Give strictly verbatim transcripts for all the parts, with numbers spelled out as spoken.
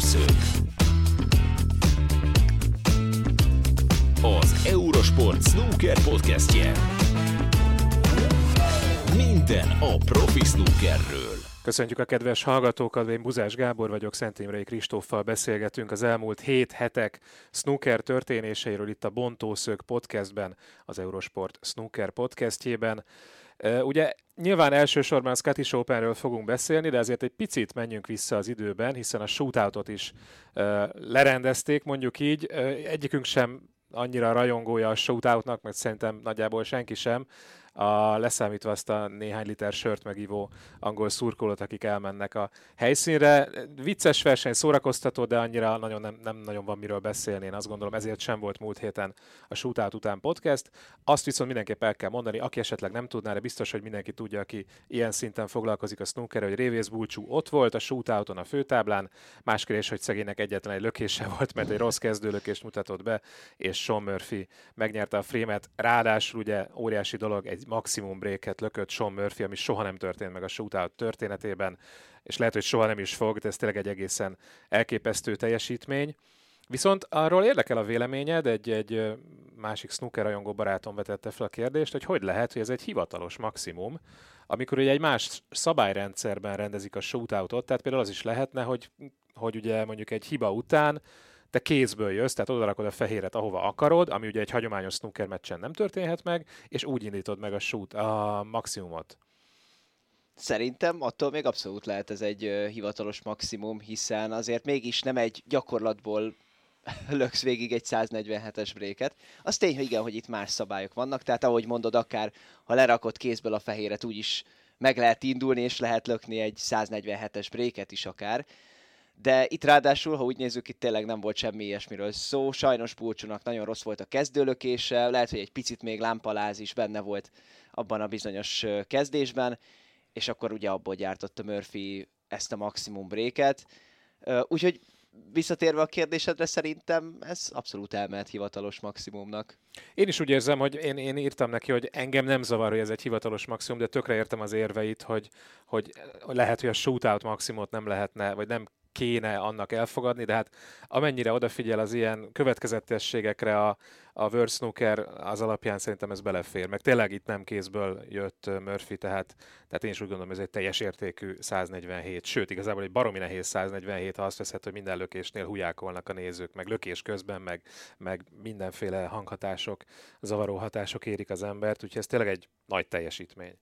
Bontószög. Az Eurosport Snooker podcastje. Minden a profi snookerről. Köszöntjük a kedves hallgatókat, én Buzás Gábor vagyok, Szent Imrei Kristóffal beszélgetünk az elmúlt hét hetek snooker történéseiről itt a Bontószög podcastben, az Eurosport Snooker podcastjében. Uh, ugye nyilván elsősorban a Scottish Openről fogunk beszélni, de azért egy picit menjünk vissza az időben, hiszen a shootoutot is uh, lerendezték, mondjuk így. Uh, egyikünk sem annyira rajongója a shootoutnak, mert szerintem nagyjából senki sem, a, leszámítva azt a néhány liter sört megivó angol szurkolót, akik elmennek a helyszínre. Vicces verseny, szórakoztató, de annyira nagyon nem, nem nagyon van miről beszélni, én azt gondolom, ezért sem volt múlt héten a shootout után podcast. Azt viszont mindenképp el kell mondani, aki esetleg nem tudná, de biztos, hogy mindenki tudja, aki ilyen szinten foglalkozik a snookerrel, hogy Révész Bulcsú ott volt a shootouton a főtáblán, más kérdés, hogy szegénynek egyetlen egy lökése volt, mert egy rossz kezdőlökést mutatott be, és Shaun Murphy megnyerte a frémet. Ráadásul ugye óriási dolog, egy maximum breaket lökött Shaun Murphy, ami soha nem történt meg a shootout történetében, és lehet, hogy soha nem is fog, de ez tényleg egy egészen elképesztő teljesítmény. Viszont arról érdekel a véleményed, egy, egy másik snooker rajongó barátom vetette fel a kérdést, hogy hogy lehet, hogy ez egy hivatalos maximum, amikor ugye egy más szabályrendszerben rendezik a shootoutot, tehát például az is lehetne, hogy, hogy ugye mondjuk egy hiba után te kézből jössz, tehát odarakod a fehéret, ahova akarod, ami ugye egy hagyományos snooker meccsen nem történhet meg, és úgy indítod meg a shoot, a maximumot. Szerintem attól még abszolút lehet ez egy uh, hivatalos maximum, hiszen azért mégis nem egy gyakorlatból löksz végig egy száznegyvenhetes bréket. Az tény, hogy igen, hogy itt más szabályok vannak, tehát ahogy mondod, akár ha lerakod kézből a fehéret, úgyis meg lehet indulni, és lehet lökni egy száznegyvenhetes bréket is akár. De itt ráadásul, ha úgy nézzük, itt tényleg nem volt semmi ilyesmiről szó. Sajnos Bulcsúnak nagyon rossz volt a kezdőlökése, lehet, hogy egy picit még lámpaláz is benne volt abban a bizonyos kezdésben, és akkor ugye abból gyártotta Murphy ezt a maximum breaket. Úgyhogy visszatérve a kérdésedre, szerintem ez abszolút elmehet hivatalos maximumnak. Én is úgy érzem, hogy én, én írtam neki, hogy engem nem zavar, hogy ez egy hivatalos maximum, de tökre értem az érveit, hogy, hogy lehet, hogy a shootout maximumot nem lehetne, vagy nem kéne annak elfogadni, de hát amennyire odafigyel az ilyen következetességekre a, a World Snooker, az alapján szerintem ez belefér. Meg tényleg itt nem kézből jött Murphy, tehát, tehát én is úgy gondolom, ez egy teljes értékű száznegyvenhét. Sőt, igazából egy baromi nehéz száznegyvenhét, ha azt veszed, hogy minden lökésnél hujákolnak a nézők, meg lökés közben, meg, meg mindenféle hanghatások, zavaró hatások érik az embert, úgyhogy ez tényleg egy nagy teljesítmény.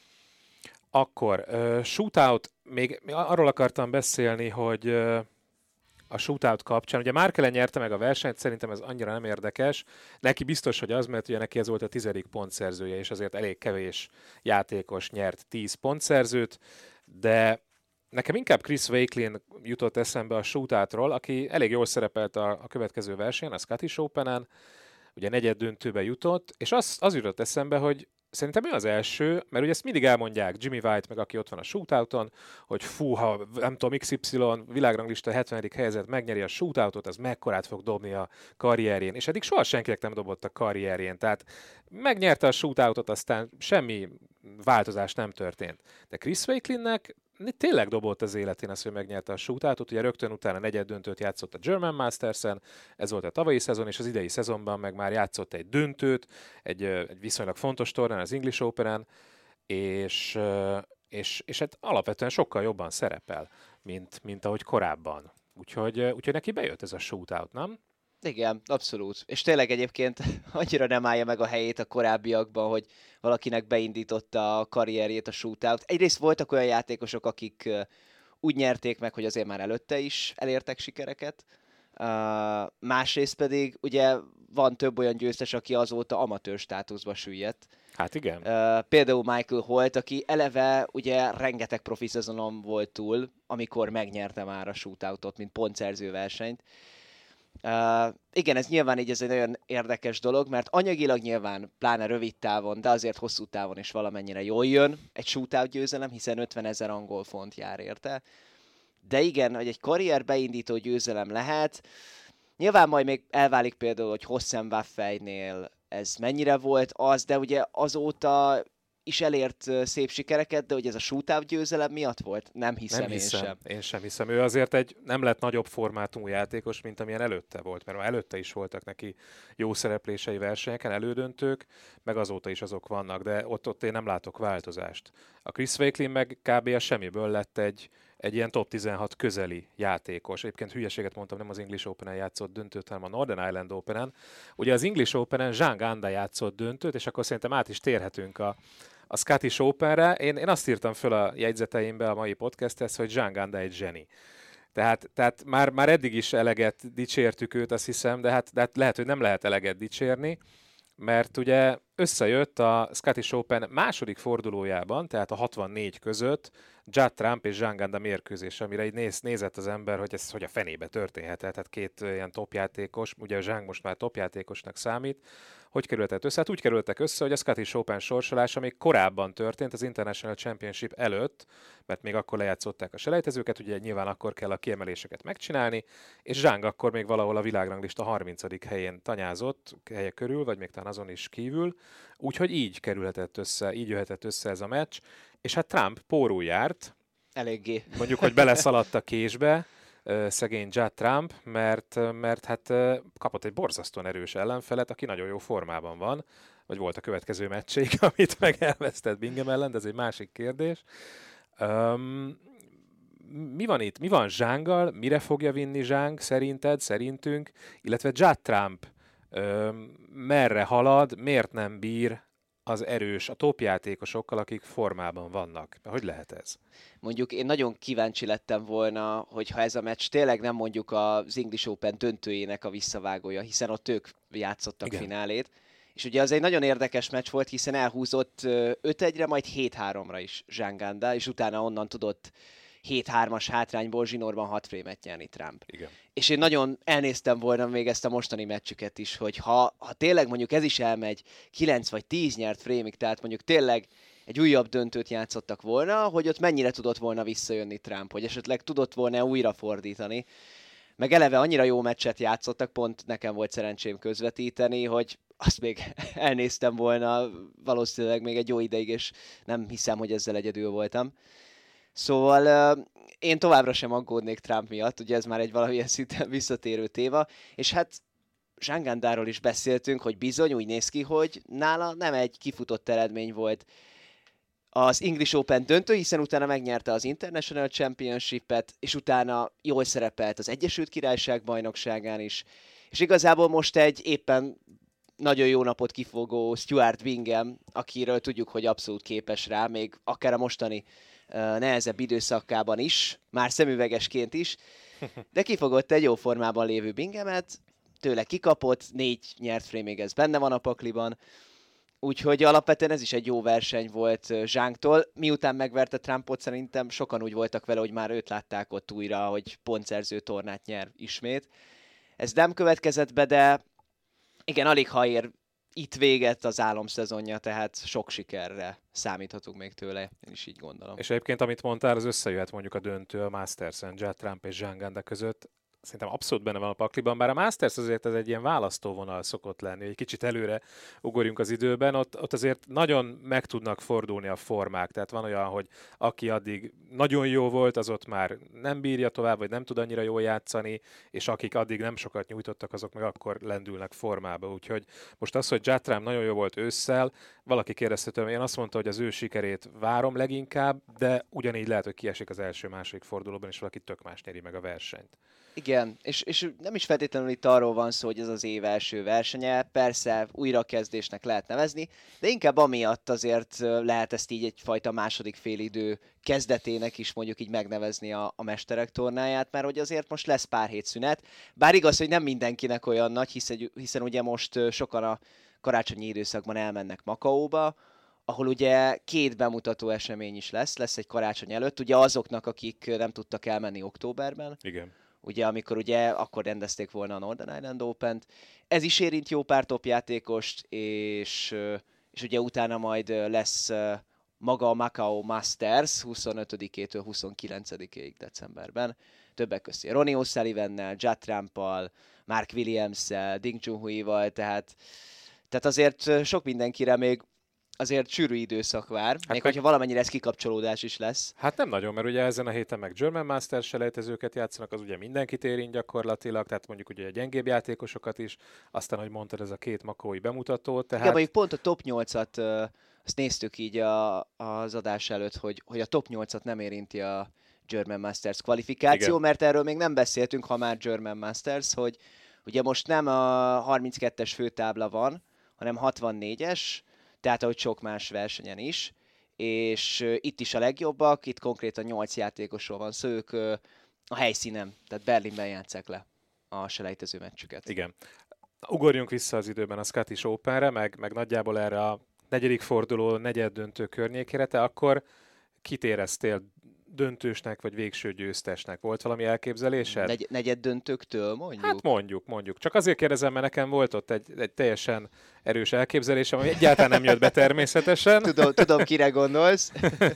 Akkor uh, shootout, még arról akartam beszélni, hogy uh, a shootout kapcsán, ugye Markkanen nyerte meg a versenyt, szerintem ez annyira nem érdekes, neki biztos, hogy az, mert ugye neki ez volt a tizedik pontszerzője, és azért elég kevés játékos nyert tíz pontszerzőt, de nekem inkább Chris Wakelin jutott eszembe a shootoutról, aki elég jól szerepelt a, a következő versenyen, a Scottish Openen, ugye negyed döntőbe jutott, és az, az jutott eszembe, hogy szerintem ő az első, mert ugye ezt mindig elmondják, Jimmy White, meg aki ott van a shootouton, hogy fú, ha nem tudom, iksz ipszilon világranglista hetvenedik helyzet megnyeri a shootoutot, az mekkorát fog dobni a karrierjén, és eddig soha senkinek nem dobott a karrierjén, tehát megnyerte a shootoutot, aztán semmi változás nem történt. De Chris Wakelinnek tényleg dobott az életén az, hogy megnyerte a shootoutot, ugye rögtön utána negyed döntőt játszott a German Masters-en, ez volt a tavalyi szezon, és az idei szezonban meg már játszott egy döntőt, egy, egy viszonylag fontos tornán, az English Openen, és, és, és hát alapvetően sokkal jobban szerepel, mint, mint ahogy korábban. Úgyhogy, úgyhogy neki bejött ez a shootout, nem? Igen, abszolút. És tényleg egyébként annyira nem állja meg a helyét a korábbiakban, hogy valakinek beindította a karrierjét a shootout. Egyrészt voltak olyan játékosok, akik úgy nyerték meg, hogy azért már előtte is elértek sikereket. Uh, másrészt pedig ugye van több olyan győztes, aki azóta amatőr státuszba süllyedt. Hát igen. Uh, például Michael Holt, aki eleve ugye rengeteg profi szezonon volt túl, amikor megnyerte már a shootoutot, mint pontszerző versenyt. Uh, igen, ez nyilván így ez egy nagyon érdekes dolog, mert anyagilag nyilván, pláne rövid távon, de azért hosszú távon is valamennyire jól jön egy shootout győzelem, hiszen ötvenezer angol font jár érte. De igen, hogy egy karrier beindító győzelem lehet, nyilván majd még elválik például, hogy Hossem Waffeinél ez mennyire volt az, de ugye azóta is elért szép sikereket, de hogy ez a shootout győzelem miatt volt? Nem hiszem, nem hiszem én sem. Én sem hiszem. Ő azért egy nem lett nagyobb formátumú játékos, mint amilyen előtte volt, mert előtte is voltak neki jó szereplései versenyeken, elődöntők, meg azóta is azok vannak, de ott, ott én nem látok változást. A Chris Wakelin meg kb. A semmiből lett egy, egy ilyen top tizenhat közeli játékos. Egyébként hülyeséget mondtam, nem az English Openen játszott döntőt, hanem a Northern Ireland Openen. Ugye az English Openen Zhang Anda játszott döntőt, és akkor szerintem át is térhetünk a A Scottish Openre. Én, én azt írtam föl a jegyzeteimbe a mai podcasthez, hogy Zhang Anda egy zseni. Tehát, tehát már, már eddig is eleget dicsértük őt, azt hiszem, de hát, de hát lehet, hogy nem lehet eleget dicsérni, mert ugye összejött a Scottish Open második fordulójában, tehát a hatvannégy között Judd Trump és Zhang Anda mérkőzés, amire így néz, nézett az ember, hogy ez hogy a fenébe történhet, tehát két ilyen topjátékos, ugye a Zhang most már topjátékosnak számít. Hogy kerültek össze? Hát úgy kerültek össze, hogy a Scottish Open sorsolása még korábban történt, az International Championship előtt, mert még akkor lejátszották a selejtezőket, ugye nyilván akkor kell a kiemeléseket megcsinálni, és Zhang akkor még valahol a világranglista harmincadik helyén tanyázott, helye körül, vagy még talán azon is kívül, úgyhogy így kerülhetett össze, így jöhetett össze ez a meccs, és hát Trump pórul járt, eléggé. Mondjuk, hogy beleszaladt a késbe, szegény Judd Trump, mert, mert hát kapott egy borzasztóan erős ellenfelet, aki nagyon jó formában van, vagy volt a következő meccség, amit meg elvesztett Bingham ellen, de ez egy másik kérdés. Um, mi van itt? Mi van Zhanggal? Mire fogja vinni Zhang szerinted, szerintünk? Illetve Judd Trump um, merre halad, miért nem bír az erős, a topjátékosokkal, akik formában vannak? Hogy lehet ez? Mondjuk én nagyon kíváncsi lettem volna, hogyha ez a meccs tényleg nem mondjuk az English Open döntőjének a visszavágója, hiszen ott ők játszottak Igen. finálét. És ugye az egy nagyon érdekes meccs volt, hiszen elhúzott öt egyre, majd hét háromra is Zhang Anda, és utána onnan tudott hét hármas hátrányból zsinórban hat frémet nyerni Trump. Igen. És én nagyon elnéztem volna még ezt a mostani meccsüket is, hogy ha, ha tényleg mondjuk ez is elmegy kilenc vagy tíz nyert frémig, tehát mondjuk tényleg egy újabb döntőt játszottak volna, hogy ott mennyire tudott volna visszajönni Trump, hogy esetleg tudott volna újra fordítani. Meg eleve annyira jó meccset játszottak, pont nekem volt szerencsém közvetíteni, hogy azt még elnéztem volna valószínűleg még egy jó ideig, és nem hiszem, hogy ezzel egyedül voltam. Szóval én továbbra sem aggódnék Trump miatt, ugye ez már egy valamilyen szinten visszatérő téma, és hát Zhang Andáról is beszéltünk, hogy bizony úgy néz ki, hogy nála nem egy kifutott eredmény volt az English Open döntő, hiszen utána megnyerte az International Championship-et, és utána jól szerepelt az Egyesült Királyság bajnokságán is, és igazából most egy éppen nagyon jó napot kifogó Stuart Bingham, akiről tudjuk, hogy abszolút képes rá, még akár a mostani uh, nehezebb időszakában is, már szemüvegesként is, de kifogott egy jó formában lévő Binghamet, tőle kikapott, négy nyert frame, még ez benne van a pakliban, úgyhogy alapvetően ez is egy jó verseny volt Zhangtól. Miután megverte Trumpot, szerintem sokan úgy voltak vele, hogy már őt látták ott újra, hogy pontszerző tornát nyer ismét. Ez nem következett be, de igen, alig ha ér itt véget az álomszezonja, tehát sok sikerre számíthatunk még tőle, én is így gondolom. És egyébként, amit mondtál, az összejöhet mondjuk a döntő a Masters-en, Judd Trump és Zhang Anda között. Szerintem abszolút benne van a pakliban, bár a Masters azért ez egy ilyen választóvonal szokott lenni, hogy egy kicsit előre ugorjunk az időben, ott, ott azért nagyon meg tudnak fordulni a formák, tehát van olyan, hogy aki addig nagyon jó volt, az ott már nem bírja tovább, vagy nem tud annyira jól játszani, és akik addig nem sokat nyújtottak, azok meg akkor lendülnek formába, úgyhogy most az, hogy Judd Trump nagyon jó volt ősszel, valaki kérdezte tőlem, én azt mondta, hogy az ő sikerét várom leginkább, de ugyanígy lehet, hogy kiesik az első-második fordulóban, és valaki tök más nyeri meg a versenyt. Igen, és, és nem is feltétlenül itt arról van szó, hogy ez az év első versenye, persze újrakezdésnek lehet nevezni, de inkább amiatt azért lehet ezt így egyfajta második félidő kezdetének is mondjuk így megnevezni a, a mesterek tornáját, mert hogy azért most lesz pár hét szünet, bár igaz, hogy nem mindenkinek olyan nagy, hiszen, hiszen ugye most sokan a karácsonyi időszakban elmennek Makaóba, ahol ugye két bemutató esemény is lesz, lesz egy karácsony előtt, ugye azoknak, akik nem tudtak elmenni októberben. Igen. Ugye, amikor ugye akkor rendezték volna a Northern Ireland Opent. Ez is érint jó pár topjátékost, és, és ugye utána majd lesz maga a Macau Masters huszonötödikétől huszonkilencedikéig decemberben. Többek között Ronnie O'Sullivannel, Judd Trumpal, Mark Williamssel, Ding Junhui-val, tehát, tehát azért sok mindenkire még azért sűrű időszak vár, hát még meg... hogyha valamennyire ez kikapcsolódás is lesz. Hát nem nagyon, mert ugye ezen a héten meg German Masters selejtezőket játszanak, az ugye mindenkit érint gyakorlatilag, tehát mondjuk ugye a gyengébb játékosokat is, aztán, hogy mondtad, ez a két makói bemutató. Tehát... Igen, mondjuk pont a top nyolcat, azt néztük így a, az adás előtt, hogy, hogy a top nyolcat nem érinti a German Masters kvalifikáció, igen. Mert erről még nem beszéltünk, ha már German Masters, hogy ugye most nem a harminckettes főtábla van, hanem hatvannégyes, tehát ahogy sok más versenyen is, és uh, itt is a legjobbak, itt konkrétan nyolc játékosról van szó, ők uh, a helyszínen, tehát Berlinben játsszák le a selejtező meccsüket. Igen. Ugorjunk vissza az időben a Scottish Openre, meg, meg nagyjából erre a negyedik forduló, negyed döntő környékére, te akkor kit éreztél döntősnek, vagy végső győztesnek? Volt valami elképzelésed? Negy- negyed döntőktől mondjuk? Hát mondjuk, mondjuk. Csak azért kérdezem, mert nekem volt ott egy, egy teljesen erős elképzelésem, ami egyáltalán nem jött be természetesen. tudom, tudom, kire gondolsz.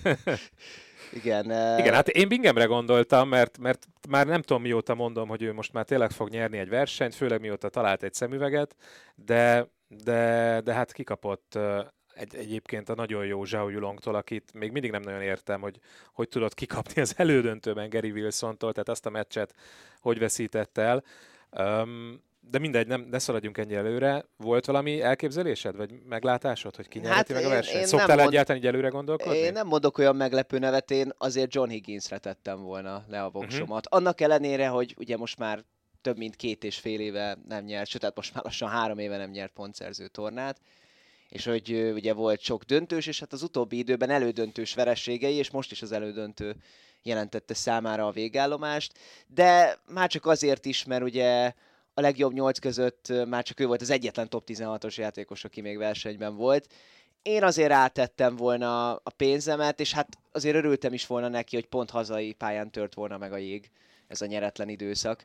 Igen. Uh... Igen, hát én Binghamre gondoltam, mert, mert már nem tudom mióta mondom, hogy ő most már tényleg fog nyerni egy versenyt, főleg mióta talált egy szemüveget, de, de, de hát kikapott Egy, egyébként a nagyon jó Zhao Yulongtól, akit még mindig nem nagyon értem, hogy hogy tudott kikapni az elődöntőben Gary Wilsontól, tehát azt a meccset hogy veszítette el. Um, de mindegy, nem, ne szaladjunk ennyi előre. Volt valami elképzelésed, vagy meglátásod, hogy ki nyerheti hát meg a versenyt? Szoktál mond... egyáltalán így előre gondolkodni? Én nem mondok olyan meglepő nevet, én azért John Higginsre tettem volna le a voksomat. Uh-huh. Annak ellenére, hogy ugye most már több mint két és fél éve nem nyert, sőt, tehát most már lassan három éve nem nyert pontszerző tornát, és hogy ugye volt sok döntős, és hát az utóbbi időben elődöntős vereségei, és most is az elődöntő jelentette számára a végállomást, de már csak azért is, mert ugye a legjobb nyolc között már csak ő volt az egyetlen top tizenhatos játékos, aki még versenyben volt. Én azért átettem volna a pénzemet, és hát azért örültem is volna neki, hogy pont hazai pályán tört volna meg a jég, ez a nyeretlen időszak.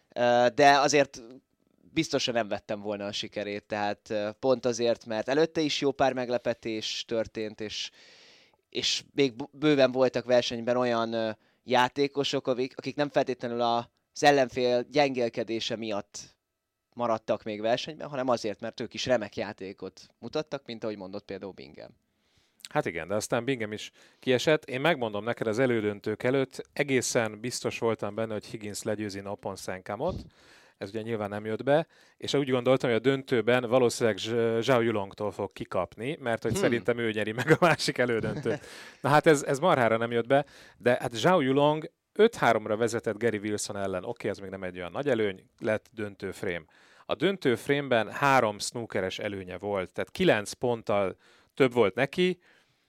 De azért biztosan nem vettem volna a sikerét, tehát pont azért, mert előtte is jó pár meglepetés történt, és, és még bőven voltak versenyben olyan játékosok, akik nem feltétlenül az ellenfél gyengélkedése miatt maradtak még versenyben, hanem azért, mert ők is remek játékot mutattak, mint ahogy mondott például Bingham. Hát igen, de aztán Bingham is kiesett. Én megmondom neked, az elődöntők előtt egészen biztos voltam benne, hogy Higgins legyőzi Nopon Senkamot. Ez ugye nyilván nem jött be, és úgy gondoltam, hogy a döntőben valószínűleg Zhao Yulongtól fog kikapni, mert hogy hmm. szerintem ő nyeri meg a másik elődöntőt. Na hát ez, ez marhára nem jött be, de hát Zhao Yulong öt háromra vezetett Gary Wilson ellen. Oké, okay, ez még nem egy olyan nagy előny, lett döntő frame. A döntő frame-ben három snookeres előnye volt, tehát kilenc ponttal több volt neki,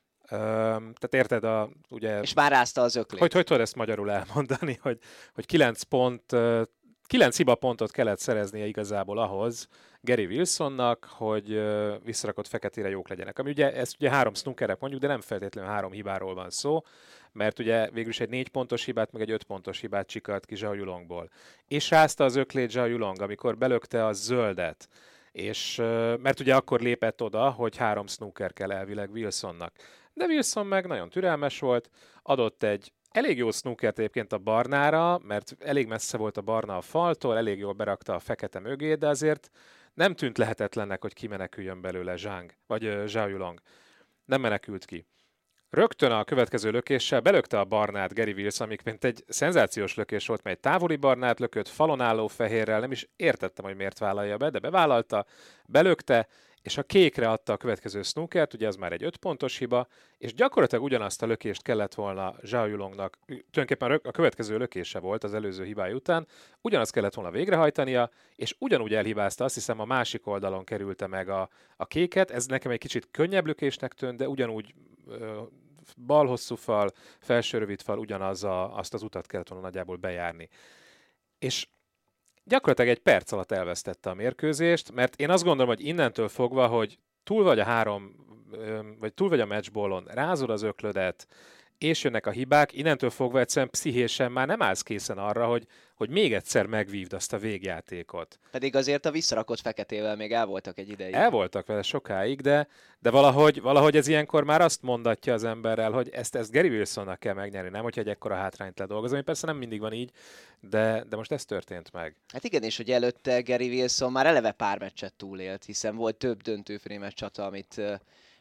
Öm, tehát érted a... Ugye, és már rázta az öklét. Hogy, hogy tudod ezt magyarul elmondani, hogy, hogy kilenc pont... kilenc hibapontot kellett szereznie igazából ahhoz Gary Wilsonnak, hogy visszarakott feketére jók legyenek. Ami ugye, ez ugye három snookerek mondjuk, de nem feltétlenül három hibáról van szó, mert ugye végül is egy négy pontos hibát, meg egy öt pontos hibát csikalt ki Zhao Yulongból. És rázta az öklét Zhao Yulong, amikor belökte a zöldet, és, mert ugye akkor lépett oda, hogy három snooker kell elvileg Wilsonnak. De Wilson meg nagyon türelmes volt, adott egy elég jó snookert egyébként a barnára, mert elég messze volt a barna a faltól, elég jól berakta a fekete mögé, de azért nem tűnt lehetetlennek, hogy kimeneküljön belőle Zhang, vagy uh, Zhao Yulong. Nem menekült ki. Rögtön a következő lökéssel belökte a barnát Gary Wilson, amikként egy szenzációs lökés volt, mert egy távoli barnát lökött, falon álló fehérrel, nem is értettem, hogy miért vállalja be, de bevállalta, belökte, és a kékre adta a következő snookert, ugye az már egy öt pontos hiba, és gyakorlatilag ugyanazt a lökést kellett volna Zhao Yulongnak, tulajdonképpen a következő lökése volt az előző hibája után, ugyanazt kellett volna végrehajtania, és ugyanúgy elhibázta, azt hiszem a másik oldalon kerülte meg a, a kéket, ez nekem egy kicsit könnyebb lökésnek tűnt, de ugyanúgy ö, bal hosszú fal, felső rövid fal, ugyanaz a, azt az utat kellett volna nagyjából bejárni. És gyakorlatilag egy perc alatt elvesztette a mérkőzést, mert én azt gondolom, hogy innentől fogva, hogy túl vagy a három, vagy túl vagy a matchballon, rázod az öklödet, és jönnek a hibák, innentől fogva egyszerűen pszichésen már nem állsz készen arra, hogy, hogy még egyszer megvívd azt a végjátékot. Pedig azért a visszarakott feketével még el voltak egy ideig. El voltak vele sokáig, de, de valahogy, valahogy ez ilyenkor már azt mondatja az emberrel, hogy ezt, ezt Gary Wilsonnak kell megnyerni, nem hogyha egy ekkora hátrányt ledolgozom. Persze nem mindig van így, de, de most ez történt meg. Hát igen, és hogy előtte Gary Wilson már eleve pár meccset túlélt, hiszen volt több döntőfrémes csata, amit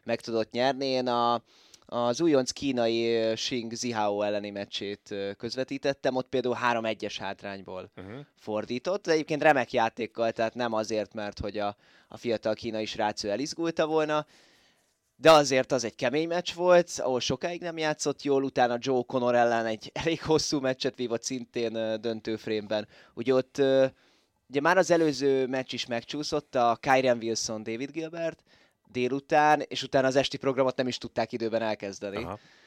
meg tudott nyerni. Én a, az újonc kínai Xing Zihao elleni meccsét közvetítettem, ott például három egyes hátrányból uh-huh. fordított, de egyébként remek játékkal, tehát nem azért, mert hogy a, a fiatal kínai srác ő elizgulta volna, de azért az egy kemény meccs volt, ahol sokáig nem játszott jól, utána Joe Connor ellen egy elég hosszú meccset vívott szintén döntőfrémben. Ugye ott ugye már az előző meccs is megcsúszott, a Kyren Wilson, David Gilbert délután, és utána az esti programot nem is tudták időben elkezdeni.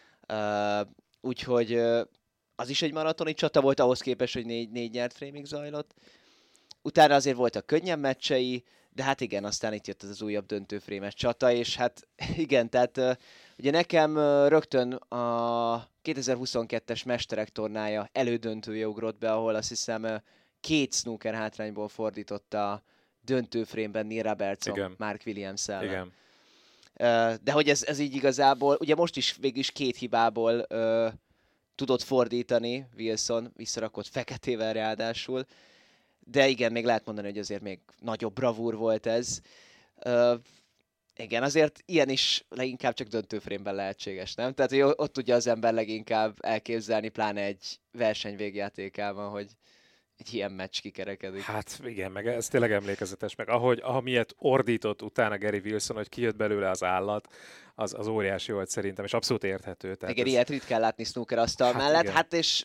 Uh, úgyhogy uh, az is egy maratoni csata volt, ahhoz képest, hogy négy, négy nyert framing zajlott. Utána azért voltak könnyebb meccsei, de hát igen, aztán itt jött ez az újabb döntőfrémes csata, és hát igen, tehát uh, ugye nekem uh, rögtön a kétezer-huszonkettes Mesterek tornája elődöntője ugrott be, ahol azt hiszem uh, két snooker hátrányból fordította a döntőfrémben Neil Robertson, igen. Mark Williams ellen. Igen. Uh, de hogy ez, ez így igazából, ugye most is végülis két hibából uh, tudott fordítani Wilson, visszarakott feketével ráadásul, de igen, még lehet mondani, hogy azért még nagyobb bravúr volt ez. Uh, igen, azért ilyen is leginkább csak döntőfrémben lehetséges, nem? Tehát hogy ott tudja az ember leginkább elképzelni, pláne egy verseny végjátékában, hogy egy ilyen meccs kikerekedik. Hát igen, meg ez tényleg emlékezetes, meg ahogy, amilyet ordított utána Gary Wilson, hogy kijött belőle az állat, az, az óriási volt szerintem, és abszolút érthető. Tehát igen, ez... ilyet ritkán látni snooker asztal hát mellett, igen. Hát és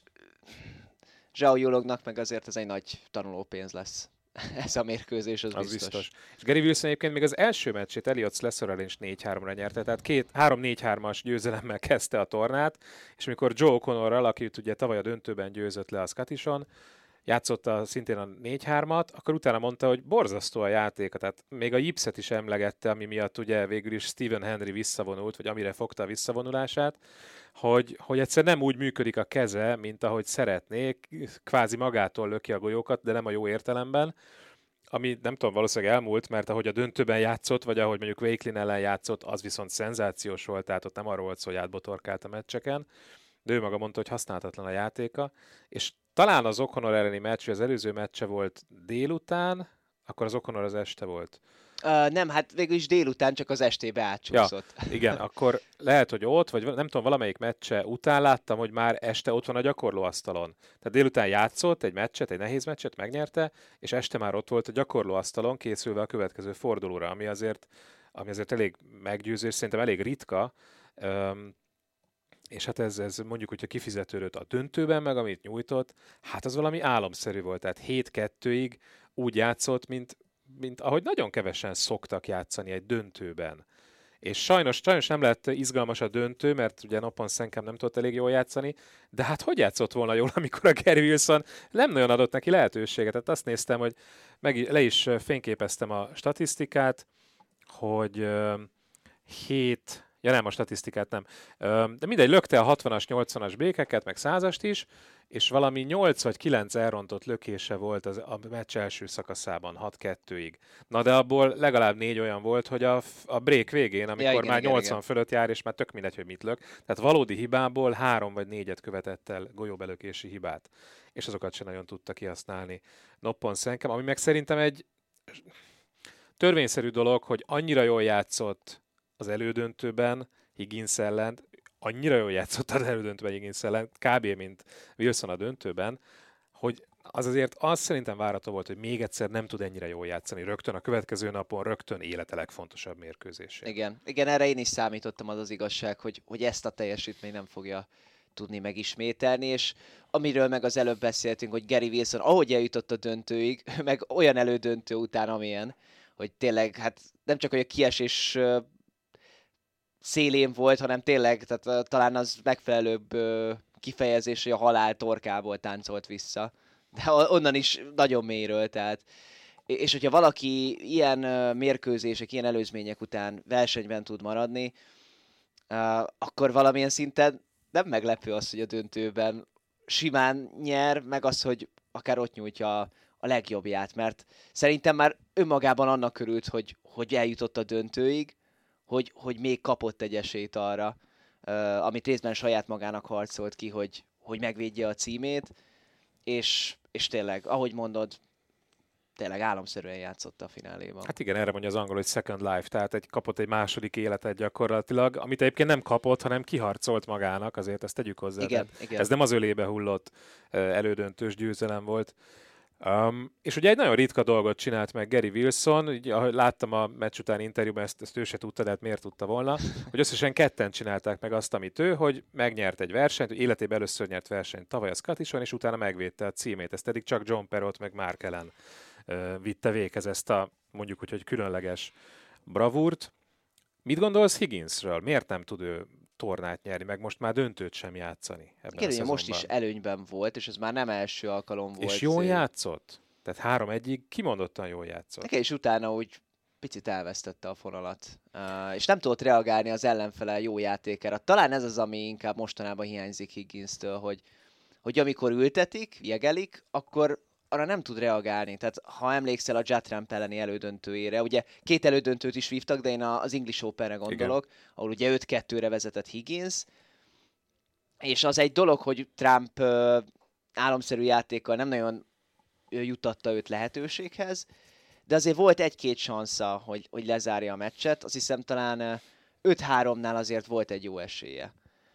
Zhao Yulongnak meg azért ez egy nagy tanulópénz lesz. Ez a mérkőzés, az, az biztos. biztos. És Gary Wilson egyébként még az első meccsét Elliot Slessorrel is négy háromra nyerte, tehát két, három négy hármas győzelemmel kezdte a tornát, és mikor Joe Connorral, akit ugye tavaly a döntőben győzött le a Scottishon, játszotta szintén a négy hármat, akkor utána mondta, hogy borzasztó a játéka, tehát még a Yipset is emlegette, ami miatt ugye végül is Stephen Hendry visszavonult, vagy amire fogta a visszavonulását, hogy, hogy egyszer nem úgy működik a keze, mint ahogy szeretnék, kvázi magától löki a golyókat, de nem a jó értelemben, ami nem tudom, valószínűleg elmúlt, mert ahogy a döntőben játszott, vagy ahogy mondjuk Wakelin ellen játszott, az viszont szenzációs volt, tehát ott nem arról volt szó, hogy átbotorkált a meccseken, de ő maga mondta, hogy használhatatlan a játéka, és talán az O'Connor elleni meccs, az előző meccse volt délután, akkor az O'Connor az este volt. Uh, nem, hát végül is délután csak az estébe átcsúszott. Ja, igen, akkor lehet, hogy ott, vagy nem tudom, valamelyik meccse után láttam, hogy már este ott van a gyakorlóasztalon. Tehát délután játszott egy meccset, egy nehéz meccset, megnyerte, és este már ott volt a gyakorlóasztalon, készülve a következő fordulóra, ami azért, ami azért elég meggyőző, és szerintem elég ritka. Um, és hát ez, ez mondjuk, hogyha kifizetődött a döntőben meg, amit nyújtott, hát az valami álomszerű volt. Tehát hét kettőig úgy játszott, mint, mint ahogy nagyon kevesen szoktak játszani egy döntőben. És sajnos, sajnos nem lett izgalmas a döntő, mert ugye Noppon Senkem nem tudott elég jól játszani, de hát hogy játszott volna jól, amikor a Gary Wilson nem nagyon adott neki lehetőséget. Tehát azt néztem, hogy meg, le is fényképeztem a statisztikát, hogy hét... Ja nem, a statisztikát nem. De mindegy, lökte a hatvanas, nyolcvanas békeket, meg százast is, és valami nyolc vagy kilenc elrontott lökése volt az, a meccs első szakaszában, hat kettőig. Na de abból legalább négy olyan volt, hogy a, a break végén, amikor ja, igen, már igen, nyolcvan igen. fölött jár, és már tök mindegy, hogy mit lök. Tehát valódi hibából három vagy négyet követett el golyóbelökési hibát. És azokat sem nagyon tudta kihasználni Noppon Senkem, ami meg szerintem egy törvényszerű dolog, hogy annyira jól játszott az elődöntőben Higgins ellen, annyira jól játszott az elődöntőben Higgins ellen, kb. Mint Wilson a döntőben, hogy az azért azt szerintem várható volt, hogy még egyszer nem tud ennyire jól játszani. Rögtön a következő napon, rögtön élete legfontosabb mérkőzésén. Igen, igen, erre én is számítottam, az az igazság, hogy, hogy ezt a teljesítményt nem fogja tudni megismételni, és amiről meg az előbb beszéltünk, hogy Gary Wilson, ahogy eljutott a döntőig, meg olyan elődöntő után, amilyen, hogy tényleg, hát nem csak, hogy a kiesés szélén volt, hanem tényleg, tehát uh, talán az megfelelőbb uh, kifejezés, hogy a halál torkából táncolt vissza. De onnan is nagyon mélyről, tehát. És hogyha valaki ilyen uh, mérkőzések, ilyen előzmények után versenyben tud maradni, uh, akkor valamilyen szinten nem meglepő az, hogy a döntőben simán nyer, meg az, hogy akár ott nyújtja a, a legjobbját, mert szerintem már önmagában annak örült, hogy, hogy eljutott a döntőig, Hogy, hogy még kapott egy esélyt arra, uh, amit részben saját magának harcolt ki, hogy, hogy megvédje a címét, és, és tényleg, ahogy mondod, tényleg álomszerűen játszott a fináléban. Hát igen, erre mondja az angol, hogy second life, tehát egy, kapott egy második életet gyakorlatilag, amit egyébként nem kapott, hanem kiharcolt magának, azért ezt tegyük hozzá. Igen, igen. Ez nem az ölébe hullott elődöntős győzelem volt. Um, és ugye egy nagyon ritka dolgot csinált meg Gary Wilson, ugye, ahogy láttam a meccs utáni interjúban, ezt, ezt ő se tudta, de hát miért tudta volna, hogy összesen ketten csinálták meg azt, amit ő, hogy megnyert egy versenyt, hogy életében először nyert versenyt tavaly a Scottishon, és utána megvédte a címét. Ezt eddig csak John Perrott meg Mark Allen uh, vitte véghez ezt a mondjuk úgy, hogy különleges bravúrt. Mit gondolsz Higginsről? Miért nem tud ő tornát nyerni, meg most már döntőt sem játszani ebben Igen, a szezonban? most is előnyben volt, és ez már nem első alkalom volt. És jól játszott? Tehát három egyig kimondottan jól játszott. Nekem is utána úgy picit elvesztette a fonalat, uh, és nem tudott reagálni az ellenfele jó játékára. Talán ez az, ami inkább mostanában hiányzik Higginstől, hogy, hogy amikor ültetik, jegelik, akkor arra nem tud reagálni. Tehát ha emlékszel a Judd Trump elleni elődöntőjére, ugye két elődöntőt is vívtak, de én az English Openre gondolok, igen, ahol ugye öt kettőre vezetett Higgins, és az egy dolog, hogy Trump uh, álomszerű játékkal nem nagyon jutatta őt lehetőséghez, de azért volt egy-két sansza, hogy, hogy lezárja a meccset. Azt hiszem talán öt háromnál azért volt egy jó esélye.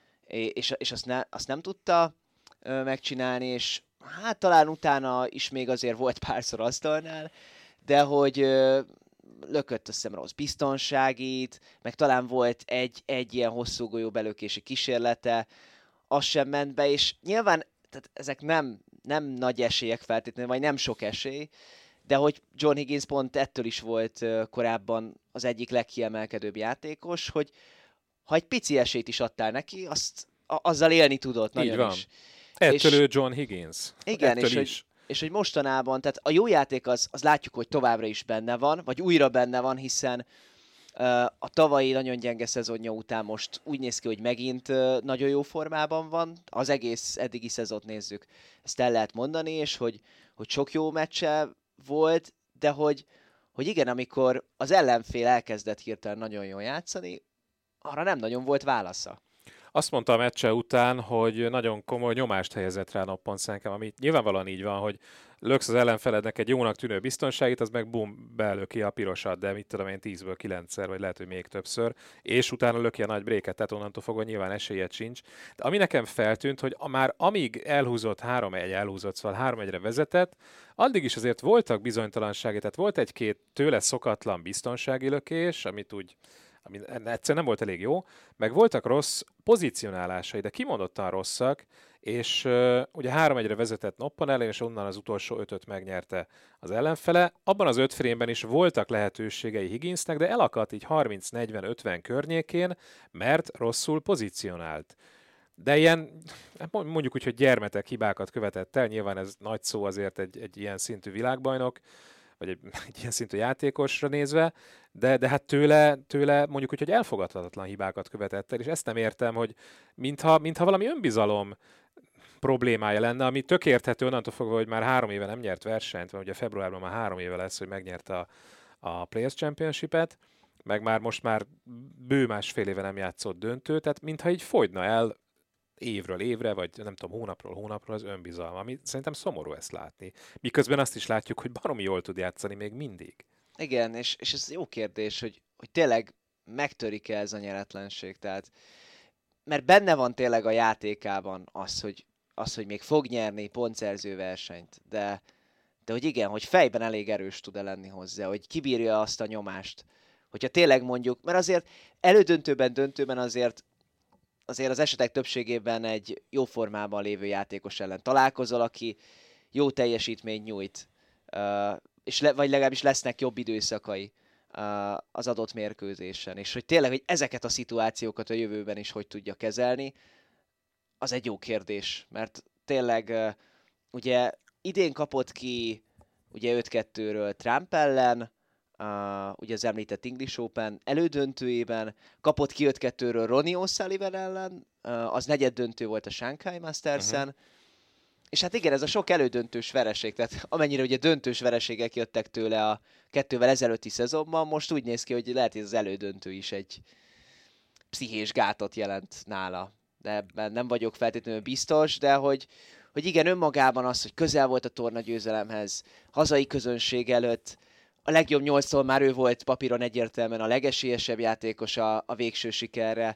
És, és azt, ne, azt nem tudta uh, megcsinálni, és hát talán utána is még azért volt párszor asztalnál, de hogy uh, lökött azt hiszem rossz biztonságít, meg talán volt egy, egy ilyen hosszú golyó belökési kísérlete, az sem ment be, és nyilván tehát ezek nem, nem nagy esélyek feltétlenül, vagy nem sok esély, de hogy John Higgins pont ettől is volt uh, korábban az egyik legkiemelkedőbb játékos, hogy ha egy pici esélyt is adtál neki, azt, a, azzal élni tudott nagyon így van. is. Ettől ő John Higgins. Igen, Ettől és hogy, és hogy mostanában, tehát a jó játék az, az látjuk, hogy továbbra is benne van, vagy újra benne van, hiszen uh, a tavalyi nagyon gyenge szezonja után most úgy néz ki, hogy megint uh, nagyon jó formában van. Az egész eddigi szezont nézzük, ezt el lehet mondani, és hogy, hogy sok jó meccse volt, de hogy, hogy igen, amikor az ellenfél elkezdett hirtelen nagyon jól játszani, arra nem nagyon volt válasza. Azt mondta a meccse után, hogy nagyon komoly nyomást helyezett rá nappontszánkem, ami nyilvánvalóan így van, hogy löksz az ellenfelednek egy jónak tűnő biztonságit, az meg bum, belöki a pirosat, de mit tudom én, tízből kilencszer, vagy lehet, hogy még többször, és utána löki a nagy bréket, tehát onnantól fogva nyilván esélyed sincs. De ami nekem feltűnt, hogy már amíg elhúzott három egy, elhúzott, szóval három egyre vezetett, addig is azért voltak bizonytalansági, tehát volt egy-két tőle szokatlan biztonsági lökés, amit úgy ami egyszerűen nem volt elég jó, meg voltak rossz pozicionálásai, de kimondottan rosszak, és uh, ugye három egyre vezetett Noppon ellen, és onnan az utolsó ötöt megnyerte az ellenfele. Abban az öt frémben is voltak lehetőségei Higginsnek, de elakadt így harminc negyven ötven környékén, mert rosszul pozicionált. De ilyen, mondjuk úgy, hogy gyermetek hibákat követett el, nyilván ez nagy szó azért egy, egy ilyen szintű világbajnok, vagy egy, egy ilyen szintű játékosra nézve, de, de hát tőle, tőle mondjuk úgy, hogy elfogadhatatlan hibákat követett el, és ezt nem értem, hogy mintha, mintha valami önbizalom problémája lenne, ami tök érthető onnantól fogva, hogy már három éve nem nyert versenyt, mert ugye februárban már három éve lesz, hogy megnyerte a, a Players Championship-et, meg már most már bő másfél éve nem játszott döntő, tehát mintha így fogyna el évről évre, vagy nem tudom, hónapról hónapról az önbizalma, ami szerintem szomorú ezt látni. Miközben azt is látjuk, hogy baromi jól tud játszani még mindig. Igen, és, és ez jó kérdés, hogy, hogy tényleg megtörik-e ez a nyeretlenség, tehát mert benne van tényleg a játékában az, hogy, az, hogy még fog nyerni pontszerző versenyt, de, de hogy igen, hogy fejben elég erős tud-e lenni hozzá, hogy kibírja azt a nyomást, hogyha tényleg mondjuk, mert azért elődöntőben, döntőben azért azért az esetek többségében egy jó formában lévő játékos ellen találkozol, aki jó teljesítményt nyújt, és le, vagy legalábbis lesznek jobb időszakai az adott mérkőzésen. És hogy tényleg, hogy ezeket a szituációkat a jövőben is hogy tudja kezelni, az egy jó kérdés. Mert tényleg ugye idén kapott ki ugye öt kettőről Trump ellen, Uh, ugye az említett English Open elődöntőjében, kapott ki öt kettőről Ronnie O'Sullivan ellen, uh, az negyed döntő volt a Shanghai Masters-en, uh-huh. És hát igen, ez a sok elődöntős vereség, tehát amennyire ugye döntős vereségek jöttek tőle a kettővel ezelőtti szezonban, most úgy néz ki, hogy lehet, hogy az elődöntő is egy pszichés gátot jelent nála. De ebben nem vagyok feltétlenül biztos, de hogy, hogy igen, önmagában az, hogy közel volt a tornagyőzelemhez, hazai közönség előtt, a legjobb nyolctól már ő volt papíron egyértelműen a legesélyesebb játékos a, a végső sikerre.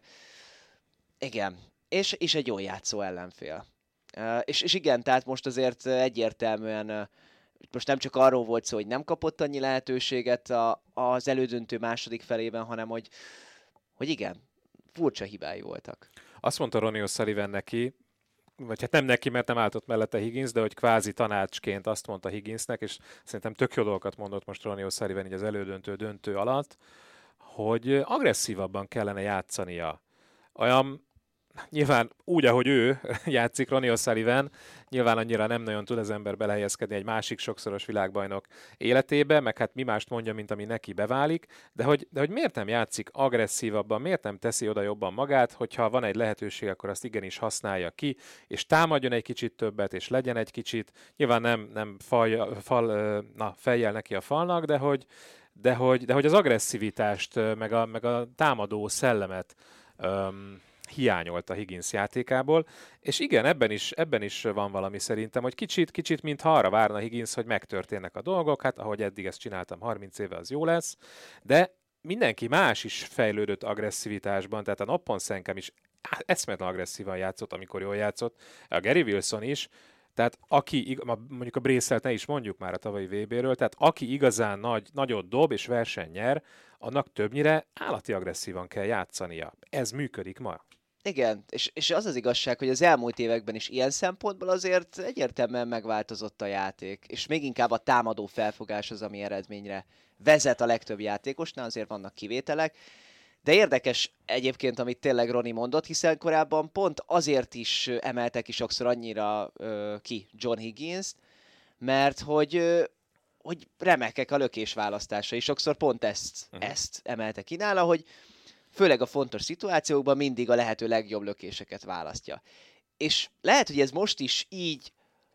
Igen, és, és egy jól játszó ellenfél. Uh, és, és igen, tehát most azért egyértelműen, uh, most nem csak arról volt szó, hogy nem kapott annyi lehetőséget a, az elődöntő második felében, hanem hogy, hogy igen, furcsa hibái voltak. Azt mondta Ronnie O'Sullivan neki, vagy hát nem neki, mert nem állt ott mellette Higgins, de hogy kvázi tanácsként azt mondta Higginsnek, és szerintem tök jó dolgokat mondott most Ronnie O'Sullivan így az elődöntő döntő alatt, hogy agresszívabban kellene játszania. Olyan, nyilván úgy, ahogy ő játszik, Ronnie O'Sullivan, nyilván annyira nem nagyon tud az ember belehelyezkedni egy másik sokszoros világbajnok életébe, meg hát mi mást mondja, mint ami neki beválik, de hogy, de hogy miért nem játszik agresszívabban, miért nem teszi oda jobban magát, hogyha van egy lehetőség, akkor azt igenis használja ki, és támadjon egy kicsit többet, és legyen egy kicsit, nyilván nem, nem fal, fal, na, fejjel neki a falnak, de hogy, de hogy, de hogy az agresszivitást, meg a, meg a támadó szellemet um, hiányolta Higgins játékából, és igen, ebben is, ebben is van valami szerintem, hogy kicsit, kicsit mintha arra várna Higgins, hogy megtörténnek a dolgok, hát ahogy eddig ezt csináltam harminc éve, az jó lesz, de mindenki más is fejlődött agresszivitásban, tehát a Noppon Senkem is eszméletlen agresszívan játszott, amikor jól játszott, a Gary Wilson is, tehát aki, mondjuk a Bracelt ne is mondjuk már a tavalyi vé béről, tehát aki igazán nagy, nagyot dob és verseny nyer, annak többnyire állati agresszívan kell játszania. Ez működik ma. Igen, és, és az az igazság, hogy az elmúlt években is ilyen szempontból azért egyértelműen megváltozott a játék, és még inkább a támadó felfogás az, ami eredményre vezet a legtöbb játékosnál, azért vannak kivételek, de érdekes egyébként, amit tényleg Roni mondott, hiszen korábban pont azért is emeltek ki sokszor annyira ö, ki John Higgins-t, mert hogy, ö, hogy remekek a lökés választásai, sokszor pont ezt, uh-huh. ezt emelte ki nála, hogy főleg a fontos szituációkban mindig a lehető legjobb lökéseket választja. És lehet, hogy ez most is így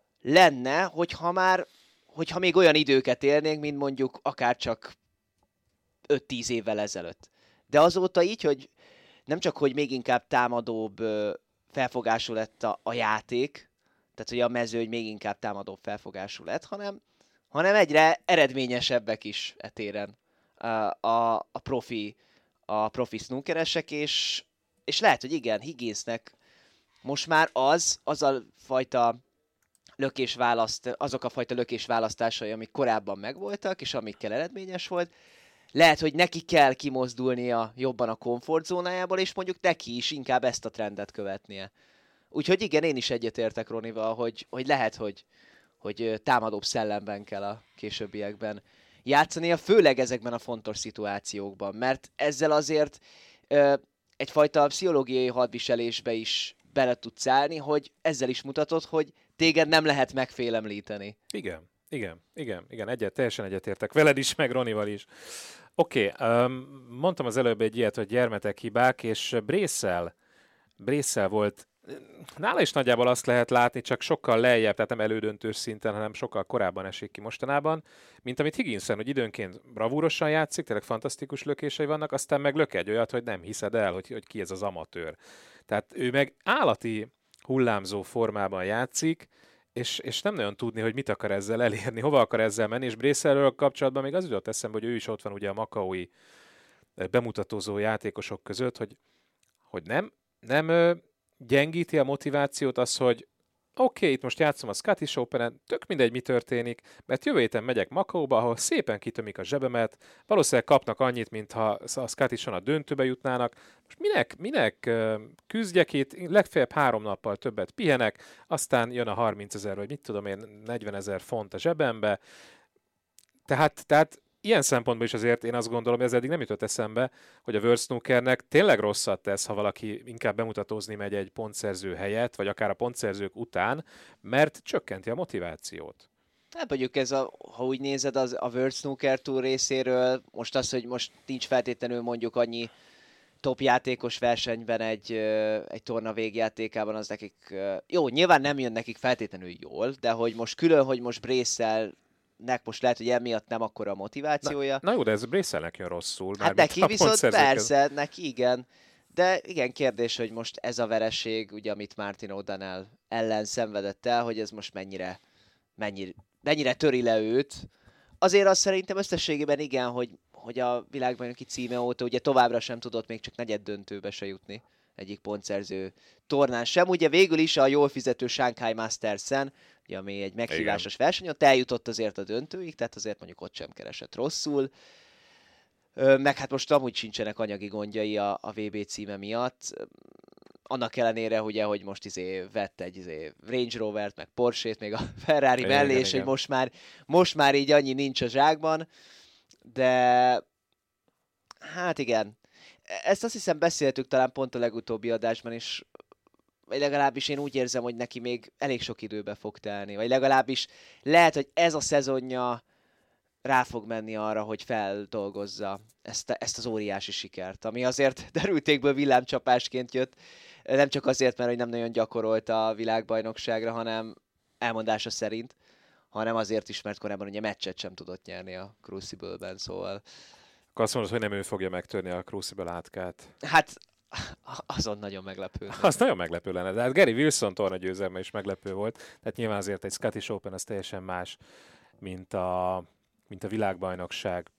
lenne, hogyha már, hogyha még olyan időket élnénk, mint mondjuk akár csak öt-tíz évvel ezelőtt. De azóta így, hogy nem csak, hogy még inkább támadóbb felfogású lett a, a játék, tehát hogy a mezőny még inkább támadóbb felfogású lett, hanem, hanem egyre eredményesebbek is etéren a, a, a profi a profi snookeresek, és, és lehet, hogy igen, Higginsnek most már az, az a fajta lökésválaszt, azok a fajta lökésválasztásai, amik korábban megvoltak, és amikkel eredményes volt, lehet, hogy neki kell kimozdulnia jobban a komfortzónájából, és mondjuk neki is inkább ezt a trendet követnie. Úgyhogy igen, én is egyetértek Ronival, hogy, hogy lehet, hogy, hogy támadóbb szellemben kell a későbbiekben játszania, főleg ezekben a fontos szituációkban, mert ezzel azért ö, egyfajta pszichológiai hadviselésbe is bele tudsz állni, hogy ezzel is mutatod, hogy téged nem lehet megfélemlíteni. Igen, igen, igen, igen, egyet, teljesen egyetértek veled is, meg Ronival is. Oké, okay, um, mondtam az előbb egy ilyet, hogy gyermetek hibák, és Bracel, Bracel volt, nála is nagyjából azt lehet látni, csak sokkal lejjebb, tehát nem elődöntős szinten, hanem sokkal korábban esik ki mostanában, mint amit Higginsen, hogy időnként bravúrosan játszik, tényleg fantasztikus lökései vannak, aztán meg lök egy olyat, hogy nem hiszed el, hogy, hogy ki ez az amatőr. Tehát ő meg állati hullámzó formában játszik, és, és nem nagyon tudni, hogy mit akar ezzel elérni, hova akar ezzel menni, és Bracelről kapcsolatban még az jutott eszembe, hogy ő is ott van ugye a makaói bemutatózó játékosok között, hogy, hogy nem, nem gyengíti a motivációt az, hogy oké, okay, itt most játszom a Scottish Openen, tök mindegy, mi történik, mert jövő héten megyek Makaóba, ahol szépen kitömik a zsebemet, valószínűleg kapnak annyit, mintha a Scottishon a döntőbe jutnának. Most minek, minek küzdjek itt, legfeljebb három nappal többet pihenek, aztán jön a harmincezer, vagy mit tudom én, negyvenezer font a zsebembe. Tehát, tehát ilyen szempontból is azért én azt gondolom, hogy ez eddig nem jutott eszembe, hogy a World Snookernek tényleg rosszat tesz, ha valaki inkább bemutatózni megy egy pontszerző helyett, vagy akár a pontszerzők után, mert csökkenti a motivációt. Hát mondjuk ez, a, ha úgy nézed, az a World Snooker Tour részéről, most az, hogy most nincs feltétlenül mondjuk annyi top játékos versenyben egy, egy torna végjátékában, az nekik, jó, nyilván nem jön nekik feltétlenül jól, de hogy most külön, hogy most Bracel nek most lehet, hogy emiatt nem akkora a motivációja. Na, na jó, de ez Bracelnek jön rosszul. Hát neki viszont persze, neki igen. De igen, kérdés, hogy most ez a vereség, ugye, amit Martin O'Donnell ellen szenvedett el, hogy ez most mennyire, mennyire, mennyire töri le őt. Azért azt szerintem összességében igen, hogy, hogy a világbajnoki címe óta ugye továbbra sem tudott még csak negyed döntőbe se jutni egyik pontszerző tornán sem. Ugye végül is a jól fizető Shanghai Masters-en, ugye, ami egy meghívásos igen. verseny, ott eljutott azért a döntőig, tehát azért mondjuk ott sem keresett rosszul. Meg hát most amúgy sincsenek anyagi gondjai a, a vé bé címe miatt. Annak ellenére, ugye, hogy most izé vett egy izé Range Rovert, meg Porsche-t, még a Ferrari igen, mellé, igen, és igen. hogy most már, most már így annyi nincs a zsákban. De hát igen. Ezt azt hiszem beszéltük talán pont a legutóbbi adásban is, vagy legalábbis én úgy érzem, hogy neki még elég sok időbe fog telni. Vagy legalábbis lehet, hogy ez a szezonja rá fog menni arra, hogy feldolgozza ezt, a, ezt az óriási sikert, ami azért derültékből villámcsapásként jött, nem csak azért, mert hogy nem nagyon gyakorolt a világbajnokságra, hanem elmondása szerint, hanem azért is, mert korábban ugye meccset sem tudott nyerni a Crucible-ben, szóval... Akkor azt mondod, hogy nem ő fogja megtörni a Crucible átkát. Hát azon nagyon meglepő. Az nagyon meglepő lenne, de hát Gary Wilson torna győzelme is meglepő volt, tehát nyilván azért egy Scottish Open az teljesen más, mint a, mint a világbajnokság.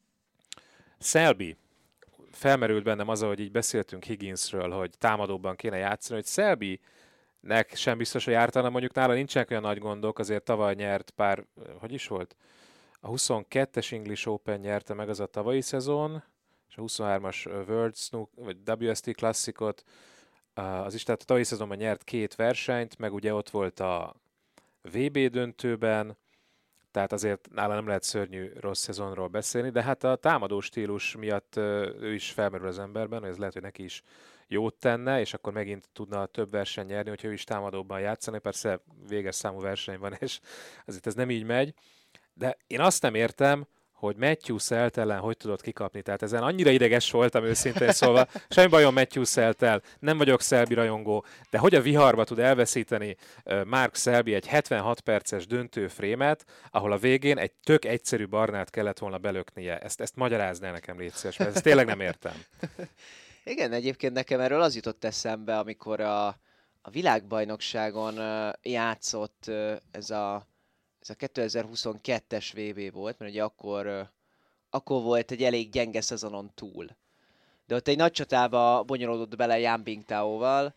Selby. Felmerült bennem az, hogy így beszéltünk Higginsről, hogy támadóban kéne játszani, hogy Selbynek sem biztos, hogy jártana, mondjuk nála nincsenek olyan nagy gondok, azért tavaly nyert pár, hogy is volt? A huszonkettes English Open nyerte meg az a tavalyi szezon, és a huszonhármas World Snook, vagy dupla vé es té Classicot, az is, tehát a tavalyi szezonban nyert két versenyt, meg ugye ott volt a vé bé döntőben, tehát azért nála nem lehet szörnyű rossz szezonról beszélni, de hát a támadó stílus miatt ő is felmerül az emberben, hogy ez lehet, hogy neki is jót tenne, és akkor megint tudna több verseny nyerni, hogyha ő is támadóban játszani. Persze véges számú verseny van, és azért ez nem így megy. De én azt nem értem, hogy Matthew Selt ellen hogy tudod kikapni. Tehát ezen annyira ideges voltam őszintén szólva. Semmi bajom Matthew Selttel, nem vagyok Selby rajongó, de hogy a viharba tud elveszíteni Mark Selby egy hetvenhat perces döntő frémet, ahol a végén egy tök egyszerű barnát kellett volna belöknie. Ezt, ezt magyarázná nekem, légy szíves, mert ezt tényleg nem értem. Igen, egyébként nekem erről az jutott eszembe, amikor a, a világbajnokságon játszott ez a Ez a kétezer-huszonkettes vé bé volt, mert ugye akkor, akkor volt egy elég gyenge szezonon túl. De ott egy nagy csatába bonyolódott bele Yan Bingtaoval,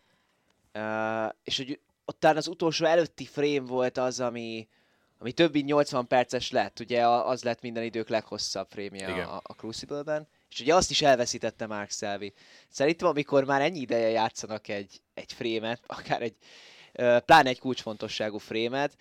és hogy ott talán az utolsó előtti frame volt az, ami, ami több mint nyolcvan perces lett. Ugye az lett minden idők leghosszabb frame-je a, a Crucible-ben. És ugye azt is elveszítette Mark Selby. Szerintem, amikor már ennyi ideje játszanak egy, egy frame-et, akár egy, pláne egy kulcsfontosságú frame-et,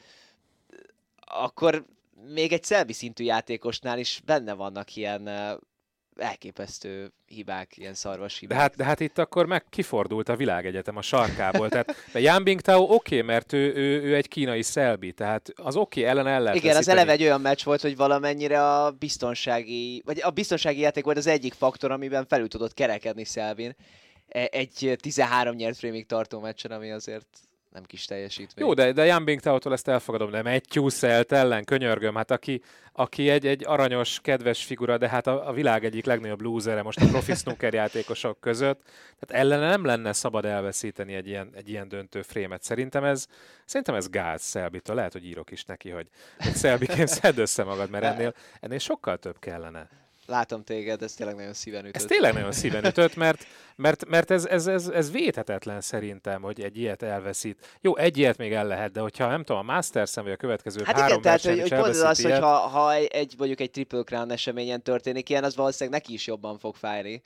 akkor még egy Selby szintű játékosnál is benne vannak ilyen uh, elképesztő hibák, ilyen szarvas hibák. De hát, de hát itt akkor meg kifordult a világegyetem a sarkából. Tehát Yan Bingtao oké, okay, mert ő, ő, ő egy kínai Selby, tehát az oké, okay, ellen el lehet Igen, veszíteni. Az eleve egy olyan meccs volt, hogy valamennyire a biztonsági, vagy a biztonsági játék volt az egyik faktor, amiben felül tudott kerekedni Selbyn. Egy tizenhárom nyert frémig tartó meccsen, ami azért... nem kis teljesítmény. Jó, de, de Yan Bingtaotól ezt elfogadom, de Matthew Selt ellen, könyörgöm, hát aki, aki egy, egy aranyos, kedves figura, de hát a, a világ egyik legnagyobb lúzere most a profi snooker játékosok között, tehát ellene nem lenne szabad elveszíteni egy ilyen, egy ilyen döntő frémet. Szerintem ez, szerintem ez gáz Selbytől, lehet, hogy írok is neki, hogy, hogy Selbyként szedd össze magad, mert ennél, ennél sokkal több kellene. Látom téged, ez tényleg nagyon szíven ütött. Ez tényleg nagyon szíven ütött, mert, mert, mert ez, ez, ez, ez védhetetlen szerintem, hogy egy ilyet elveszít. Jó, egy ilyet még el lehet, de hogyha nem tudom, a Mastersen vagy a következő hát három igen, tehát, versenyen hogy, is hogy elveszít az, ilyet. hogy ha, ha egy, mondjuk egy Triple Crown eseményen történik ilyen, az valószínűleg neki is jobban fog fájni.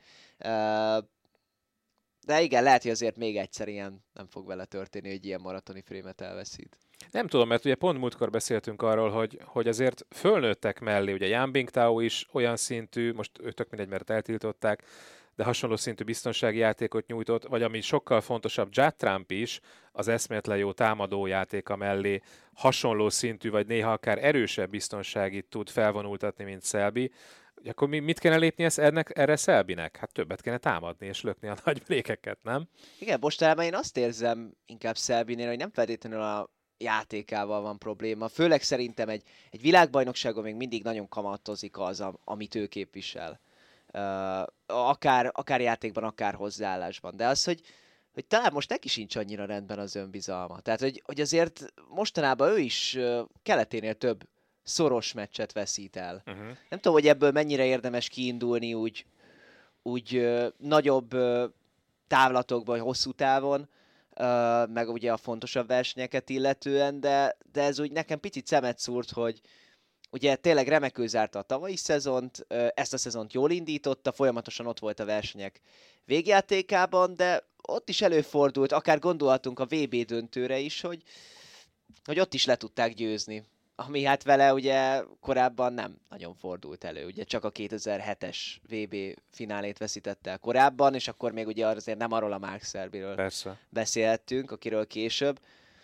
De igen, lehet, hogy azért még egyszer ilyen nem fog vele történni, hogy ilyen maratoni frémet elveszít. Nem tudom, mert ugye pont múltkor beszéltünk arról, hogy, hogy azért fölnőttek mellé, ugye Yan Bingtao is olyan szintű, most ő tök mindegy, mert eltiltották, de hasonló szintű biztonsági játékot nyújtott, vagy ami sokkal fontosabb, Judd Trump is az eszméletlen jó támadó játéka mellé hasonló szintű, vagy néha akár erősebb biztonságit tud felvonultatni, mint Selby. Akkor mit kéne lépni ezt ennek, erre Selbynek? Hát többet kéne támadni és lökni a nagy brékeket, nem? Igen, mostanában én azt érzem inkább Selbynél, hogy nem feltétlenül a játékával van probléma. Főleg szerintem egy, egy világbajnokságon még mindig nagyon kamatozik az, amit ő képvisel. akár, akár játékban, akár hozzáállásban. De az, hogy, hogy talán most neki sincs annyira rendben az önbizalma. Tehát, hogy, hogy azért mostanában ő is keleténél több szoros meccset veszít el. Uh-huh. Nem tudom, hogy ebből mennyire érdemes kiindulni úgy, úgy ö, nagyobb ö, távlatokban, hosszú távon, ö, meg ugye a fontosabb versenyeket illetően, de, de ez úgy nekem picit szemet szúrt, hogy ugye tényleg remekül zárta a tavalyi szezont, ö, ezt a szezont jól indította, folyamatosan ott volt a versenyek végjátékában, de ott is előfordult, akár gondolhatunk a vé bé döntőre is, hogy, hogy ott is le tudták győzni. Ami hát vele ugye korábban nem nagyon fordult elő. Ugye csak a kétezer-hetes vé bé finálét veszítette el korábban, és akkor még ugye azért nem arról a Mark Selbyről Persze. beszélhettünk, akiről később.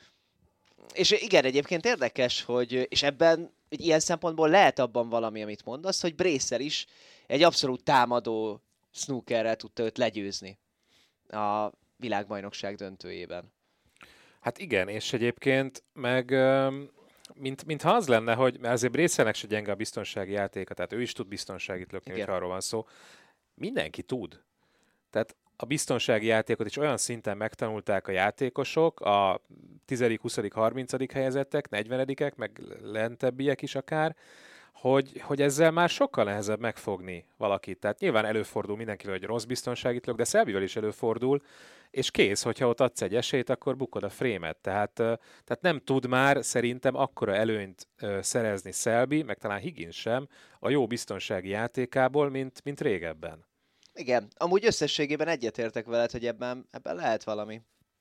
És igen, egyébként érdekes, hogy, és ebben egy ilyen szempontból lehet abban valami, amit mondasz, hogy Bracer is egy abszolút támadó snookerrel tudta őt legyőzni a világbajnokság döntőjében. Hát igen, és egyébként meg... Mint, mintha az lenne, hogy mert azért Bracernek se gyenge a biztonsági játéka, tehát ő is tud biztonságit lökni, hogyha arról van szó. Mindenki tud. Tehát a biztonsági játékot is olyan szinten megtanulták a játékosok, a tizedik, huszadik, harmincadik helyezettek, negyvenedikek, meg lentebbiek is akár, hogy, hogy ezzel már sokkal nehezebb megfogni valakit. Tehát nyilván előfordul mindenkivel, hogy rossz biztonságit lök, de Selbyvel is előfordul, és kész, hogyha ott adsz egy esélyt, akkor bukod a frémet. Tehát, tehát nem tud már szerintem akkora előnyt szerezni Selby, meg talán Higgins sem a jó biztonsági játékából, mint, mint régebben. Igen, amúgy összességében egyetértek veled, hogy ebben, ebben lehet valami.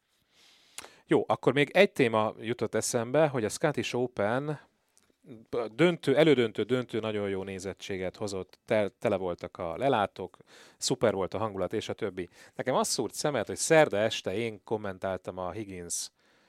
Jó, akkor még egy téma jutott eszembe, hogy a Scottish Open döntő, elődöntő, döntő nagyon jó nézettséget hozott, tel, tele voltak a lelátók, szuper volt a hangulat, és a többi. Nekem az szúrt szemet, hogy szerda este én kommentáltam a Higgins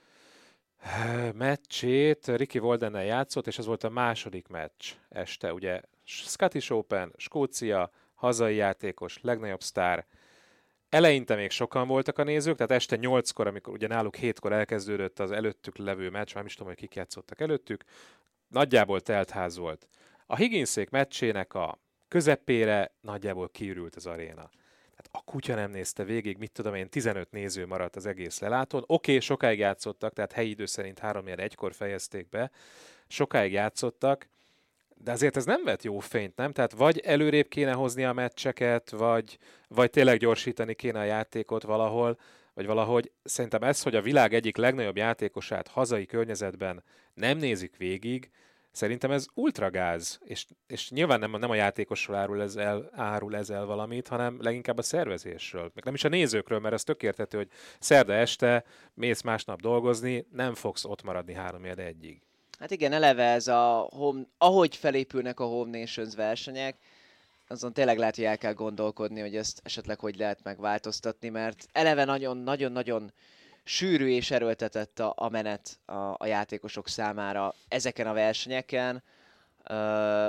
meccsét, Ricky Waldennel játszott, és az volt a második meccs este, ugye Scottish Open, Skócia, hazai játékos, legnagyobb sztár. Eleinte még sokan voltak a nézők, tehát este nyolckor, amikor ugye náluk hétkor elkezdődött az előttük levő meccs, már nem is tudom, hogy kik játszottak előttük, nagyjából teltház volt. A Higginsék meccsének a közepére nagyjából kiürült az aréna. Tehát a kutya nem nézte végig, mit tudom én, tizenöt néző maradt az egész lelátón. Oké, okay, sokáig játszottak, tehát helyi idő szerint három egykor fejezték be, sokáig játszottak, de azért ez nem vett jó fényt, nem? Tehát vagy előrébb kéne hozni a meccseket, vagy, vagy tényleg gyorsítani kéne a játékot valahol, vagy valahogy szerintem ez, hogy a világ egyik legnagyobb játékosát hazai környezetben nem nézik végig, szerintem ez ultragáz, és, és nyilván nem, nem a játékosról árul ez, el, árul ez el valamit, hanem leginkább a szervezésről. Meg nem is a nézőkről, mert ez tök érthető, hogy szerda este mész másnap dolgozni, nem fogsz ott maradni három egyig. Hát igen, eleve ez a home, ahogy felépülnek a Home Nations versenyek, azon tényleg lehet, hogy el kell gondolkodni, hogy ezt esetleg hogy lehet megváltoztatni, mert eleve nagyon-nagyon-nagyon sűrű és erőltetett a, a menet a, a játékosok számára ezeken a versenyeken. Uh,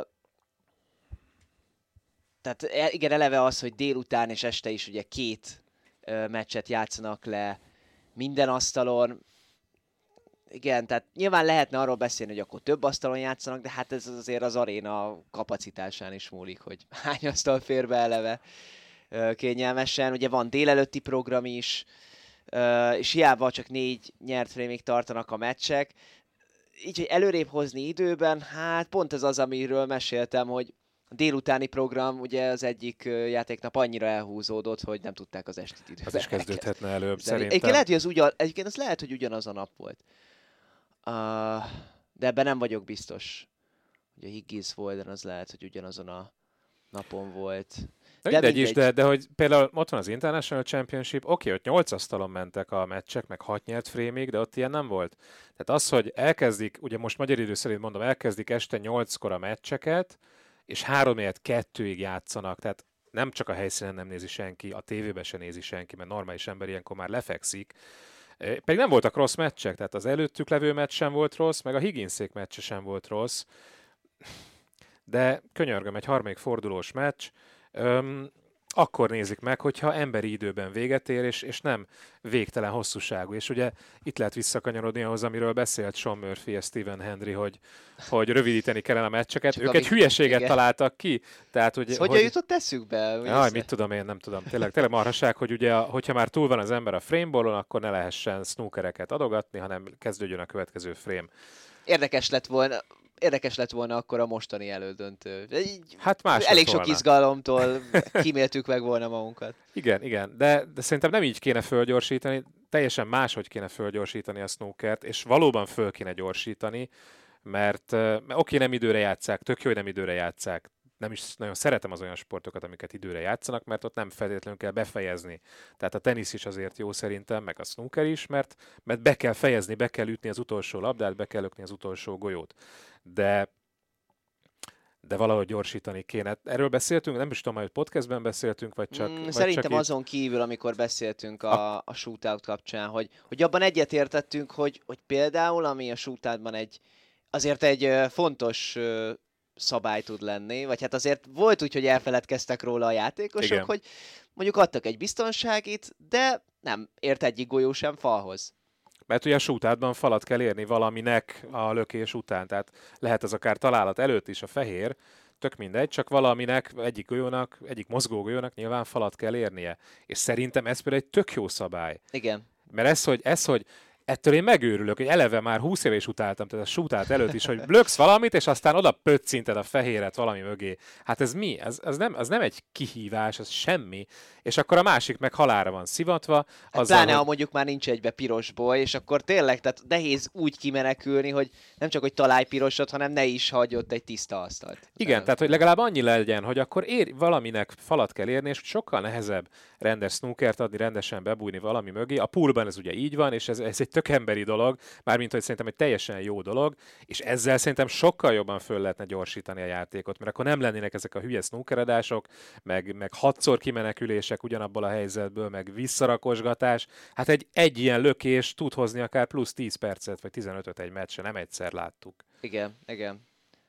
tehát igen, eleve az, hogy délután és este is ugye két uh, meccset játszanak le minden asztalon. Igen, tehát nyilván lehetne arról beszélni, hogy akkor több asztalon játszanak, de hát ez azért az aréna kapacitásán is múlik, hogy hány asztal fér be eleve kényelmesen. Ugye van délelőtti program is, és hiába csak négy nyert frémig tartanak a meccsek. Így, hogy előrébb hozni időben, hát pont ez az, amiről meséltem, hogy a délutáni program, ugye az egyik játéknap annyira elhúzódott, hogy nem tudták az esti időben. Az is kezdődhetne előbb, szerintem. Egyébként lehet, hogy az, ugyan, egyébként az lehet, hogy ugyanaz a nap volt. Uh, de ebben nem vagyok biztos. Ugye Higgins Walden az lehet, hogy ugyanazon a napon volt. De, de mindegy is, de, de hogy például ott van az International Championship, oké, okay, hogy nyolc asztalon mentek a meccsek, meg hat nyert frémig, de ott ilyen nem volt. Tehát az, hogy elkezdik, ugye most magyar idő szerint mondom, elkezdik este nyolckor a meccseket, és három kettőig játszanak, tehát nem csak a helyszínen nem nézi senki, a tévében se nézi senki, mert normális ember ilyenkor már lefekszik. Pedig nem voltak rossz meccsek, tehát az előttük levő meccs sem volt rossz, meg a Higginsék meccse sem volt rossz. De könyörgöm, egy harmadik fordulós meccs. Öm, akkor nézik meg, hogyha emberi időben véget ér, és, és nem végtelen hosszúságú. És ugye itt lehet visszakanyarodni ahhoz, amiről beszélt Sean Murphy és Stephen Hendry, hogy, hogy rövidíteni kellene a meccseket. Csak ők egy hülyeséget igen. találtak ki. Tehát, hogy, ez hogyan jutott eszükbe? Jaj, mit tudom én, nem tudom. Tényleg, tényleg marhaság, hogy ugye, hogyha már túl van az ember a frameballon, akkor ne lehessen snookereket adogatni, hanem kezdődjön a következő frame. Érdekes lett volna, érdekes lett volna akkor a mostani elődöntő. Hát más elég sok volna. Izgalomtól kíméltük meg volna magunkat. Igen, igen, de, de szerintem nem így kéne fölgyorsítani, teljesen máshogy kéne fölgyorsítani a snookert, és valóban föl kéne gyorsítani, mert, mert oké, nem időre játsszák, tök jó, hogy nem időre játsszák. Nem is nagyon szeretem az olyan sportokat, amiket időre játszanak, mert ott nem feltétlenül kell befejezni. Tehát a tenisz is azért jó szerintem, meg a snooker is, mert, mert be kell fejezni, be kell ütni az utolsó labdát, be kell lökni az utolsó golyót. De, de valahogy gyorsítani kéne. Erről beszéltünk, nem is tudom, hogy podcastben beszéltünk, vagy csak... Mm, vagy szerintem csak azon kívül, amikor beszéltünk a, a shootout kapcsán, hogy, hogy abban egyetértettünk, hogy, hogy például, ami a shootoutban egy, azért egy fontos szabály tud lenni, vagy hát azért volt úgy, hogy elfeledkeztek róla a játékosok, igen. hogy mondjuk adtak egy biztonságit, de nem ért egyik golyó sem falhoz. Mert ugye a shootoutban falat kell érni valaminek a lökés után, tehát lehet az akár találat előtt is a fehér, tök mindegy, csak valaminek, egyik golyónak, egyik mozgó golyónak nyilván falat kell érnie. És szerintem ez például egy tök jó szabály. Igen. Mert ez, hogy, ez, hogy ettől én megőrülök, hogy eleve már húsz éve is utáltam, tehát a shootout előtt is, hogy löksz valamit, és aztán oda pöccinted a fehéret valami mögé. Hát ez mi? Ez, ez, nem, ez nem egy kihívás, ez semmi. És akkor a másik meg halálra van szivatva. Hát azzal, pláne, hogy... ha mondjuk már nincs egybe piros boly, és akkor tényleg, tehát nehéz úgy kimenekülni, hogy nem csak, hogy találj pirosat, hanem ne is hagyj ott egy tiszta asztalt. Igen, tehát, tehát hogy legalább annyi legyen, hogy akkor ér, valaminek falat kell érni, és sokkal nehezebb rendes snookert adni, rendesen bebújni valami mögé. A poolban ez ugye így van, és ez, ez egy tök emberi dolog, mármint, hogy szerintem egy teljesen jó dolog, és ezzel szerintem sokkal jobban föl lehetne gyorsítani a játékot, mert akkor nem lennének ezek a hülye snookeradások, meg, meg hatszor kimenekülések ugyanabból a helyzetből, meg visszarakosgatás. Hát egy, egy ilyen lökés tud hozni akár plusz tíz percet, vagy tizenötöt egy meccsen, nem egyszer láttuk. Igen, igen.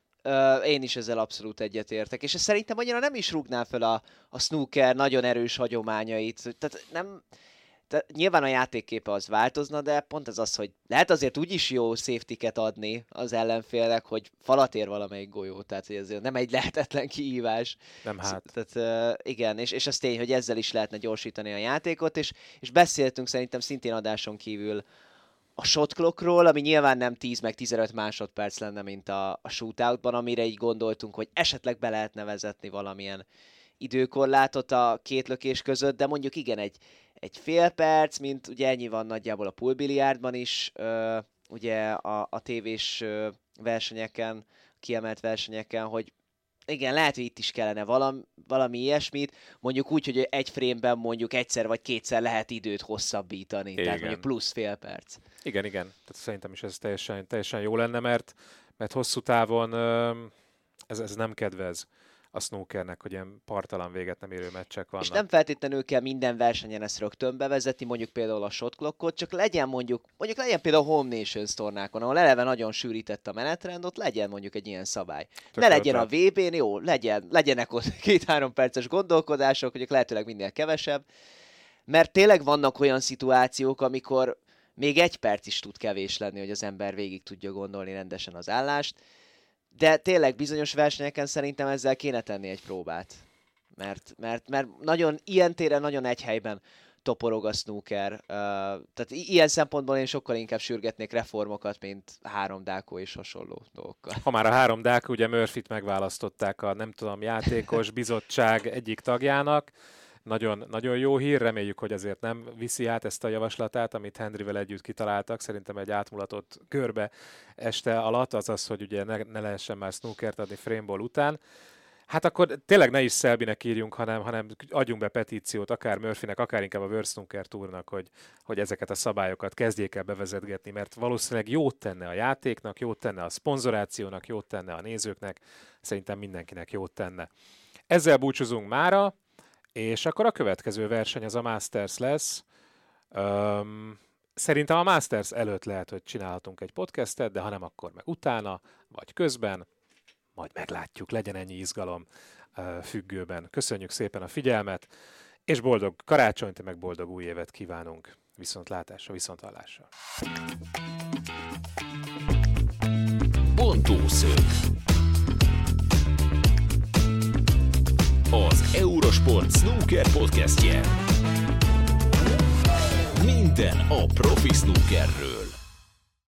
Uh, én is ezzel abszolút egyetértek, és szerintem annyira nem is rúgná fel a, a snooker nagyon erős hagyományait. Tehát nem... Tehát nyilván a játékképe az változna, de pont ez az, hogy lehet azért úgyis jó safety-ket adni az ellenfélnek, hogy falat ér valamelyik golyó, tehát hogy ez nem egy lehetetlen kihívás. Nem hát. Tehát uh, igen, és, és az tény, hogy ezzel is lehetne gyorsítani a játékot, és, és beszéltünk szerintem szintén adáson kívül a shot clockról, ami nyilván nem tíz meg tizenöt másodperc lenne, mint a, a shootoutban, amire így gondoltunk, hogy esetleg be lehetne vezetni valamilyen időkorlátot a két lökés között, de mondjuk igen, egy, egy fél perc, mint ugye ennyi van nagyjából a poolbiliárdban is, ö, ugye a, a tévés ö, versenyeken, kiemelt versenyeken, hogy igen, lehet, hogy itt is kellene valami, valami ilyesmit, mondjuk úgy, hogy egy frame-ben mondjuk egyszer vagy kétszer lehet időt hosszabbítani, igen. Tehát mondjuk plusz fél perc. Igen, igen, tehát szerintem is ez teljesen, teljesen jó lenne, mert, mert hosszú távon ez, ez nem kedvez a snookernek, hogy ilyen partalan véget nem érő meccsek vannak. És nem feltétlenül kell minden versenyen ezt rögtön bevezetni, mondjuk például a shot clockot, csak legyen mondjuk, mondjuk legyen például a Home Nations tornákon, ahol eleve nagyon sűrített a menetrend, ott legyen mondjuk egy ilyen szabály. Tök ne legyen a vé bén, jó, legyen, legyenek ott két-három perces gondolkodások, hogy lehetőleg minél kevesebb, mert tényleg vannak olyan szituációk, amikor még egy perc is tud kevés lenni, hogy az ember végig tudja gondolni rendesen az állást. De tényleg bizonyos versenyeken szerintem ezzel kéne tenni egy próbát. Mert, mert, mert nagyon, ilyen téren nagyon egy helyben toporog a snooker. Uh, tehát i- ilyen szempontból én sokkal inkább sürgetnék reformokat, mint három dákó és hasonló dolgokkal. Ha már a három dákó, ugye Murphyt megválasztották a nem tudom, játékos bizottság egyik tagjának. Nagyon, nagyon jó hír, reméljük, hogy azért nem viszi át ezt a javaslatát, amit Hendryvel együtt kitaláltak. Szerintem egy átmulatott körbe este alatt, azaz, hogy ugye ne, ne lehessen már snookert adni frameball után. Hát akkor tényleg ne is Selbynek írjunk, hanem, hanem adjunk be petíciót, akár Murphynek, akár inkább a World Snooker Tournak, hogy, hogy ezeket a szabályokat kezdjék el bevezetgetni, mert valószínűleg jót tenne a játéknak, jót tenne a szponzorációnak, jót tenne a nézőknek, szerintem mindenkinek jót tenne. Ezzel búcsúzunk mára. És akkor a következő verseny az a Masters lesz. Öm, szerintem a Masters előtt lehet, hogy csinálhatunk egy podcastet, de ha nem, akkor meg utána, vagy közben, majd meglátjuk, legyen ennyi izgalom. függőben. Köszönjük szépen a figyelmet, és boldog karácsonyt, meg boldog új évet kívánunk. Viszontlátásra, viszonthallásra. Bontószög. Az Eurosport Snooker podcastje. Minden a profi snookerről.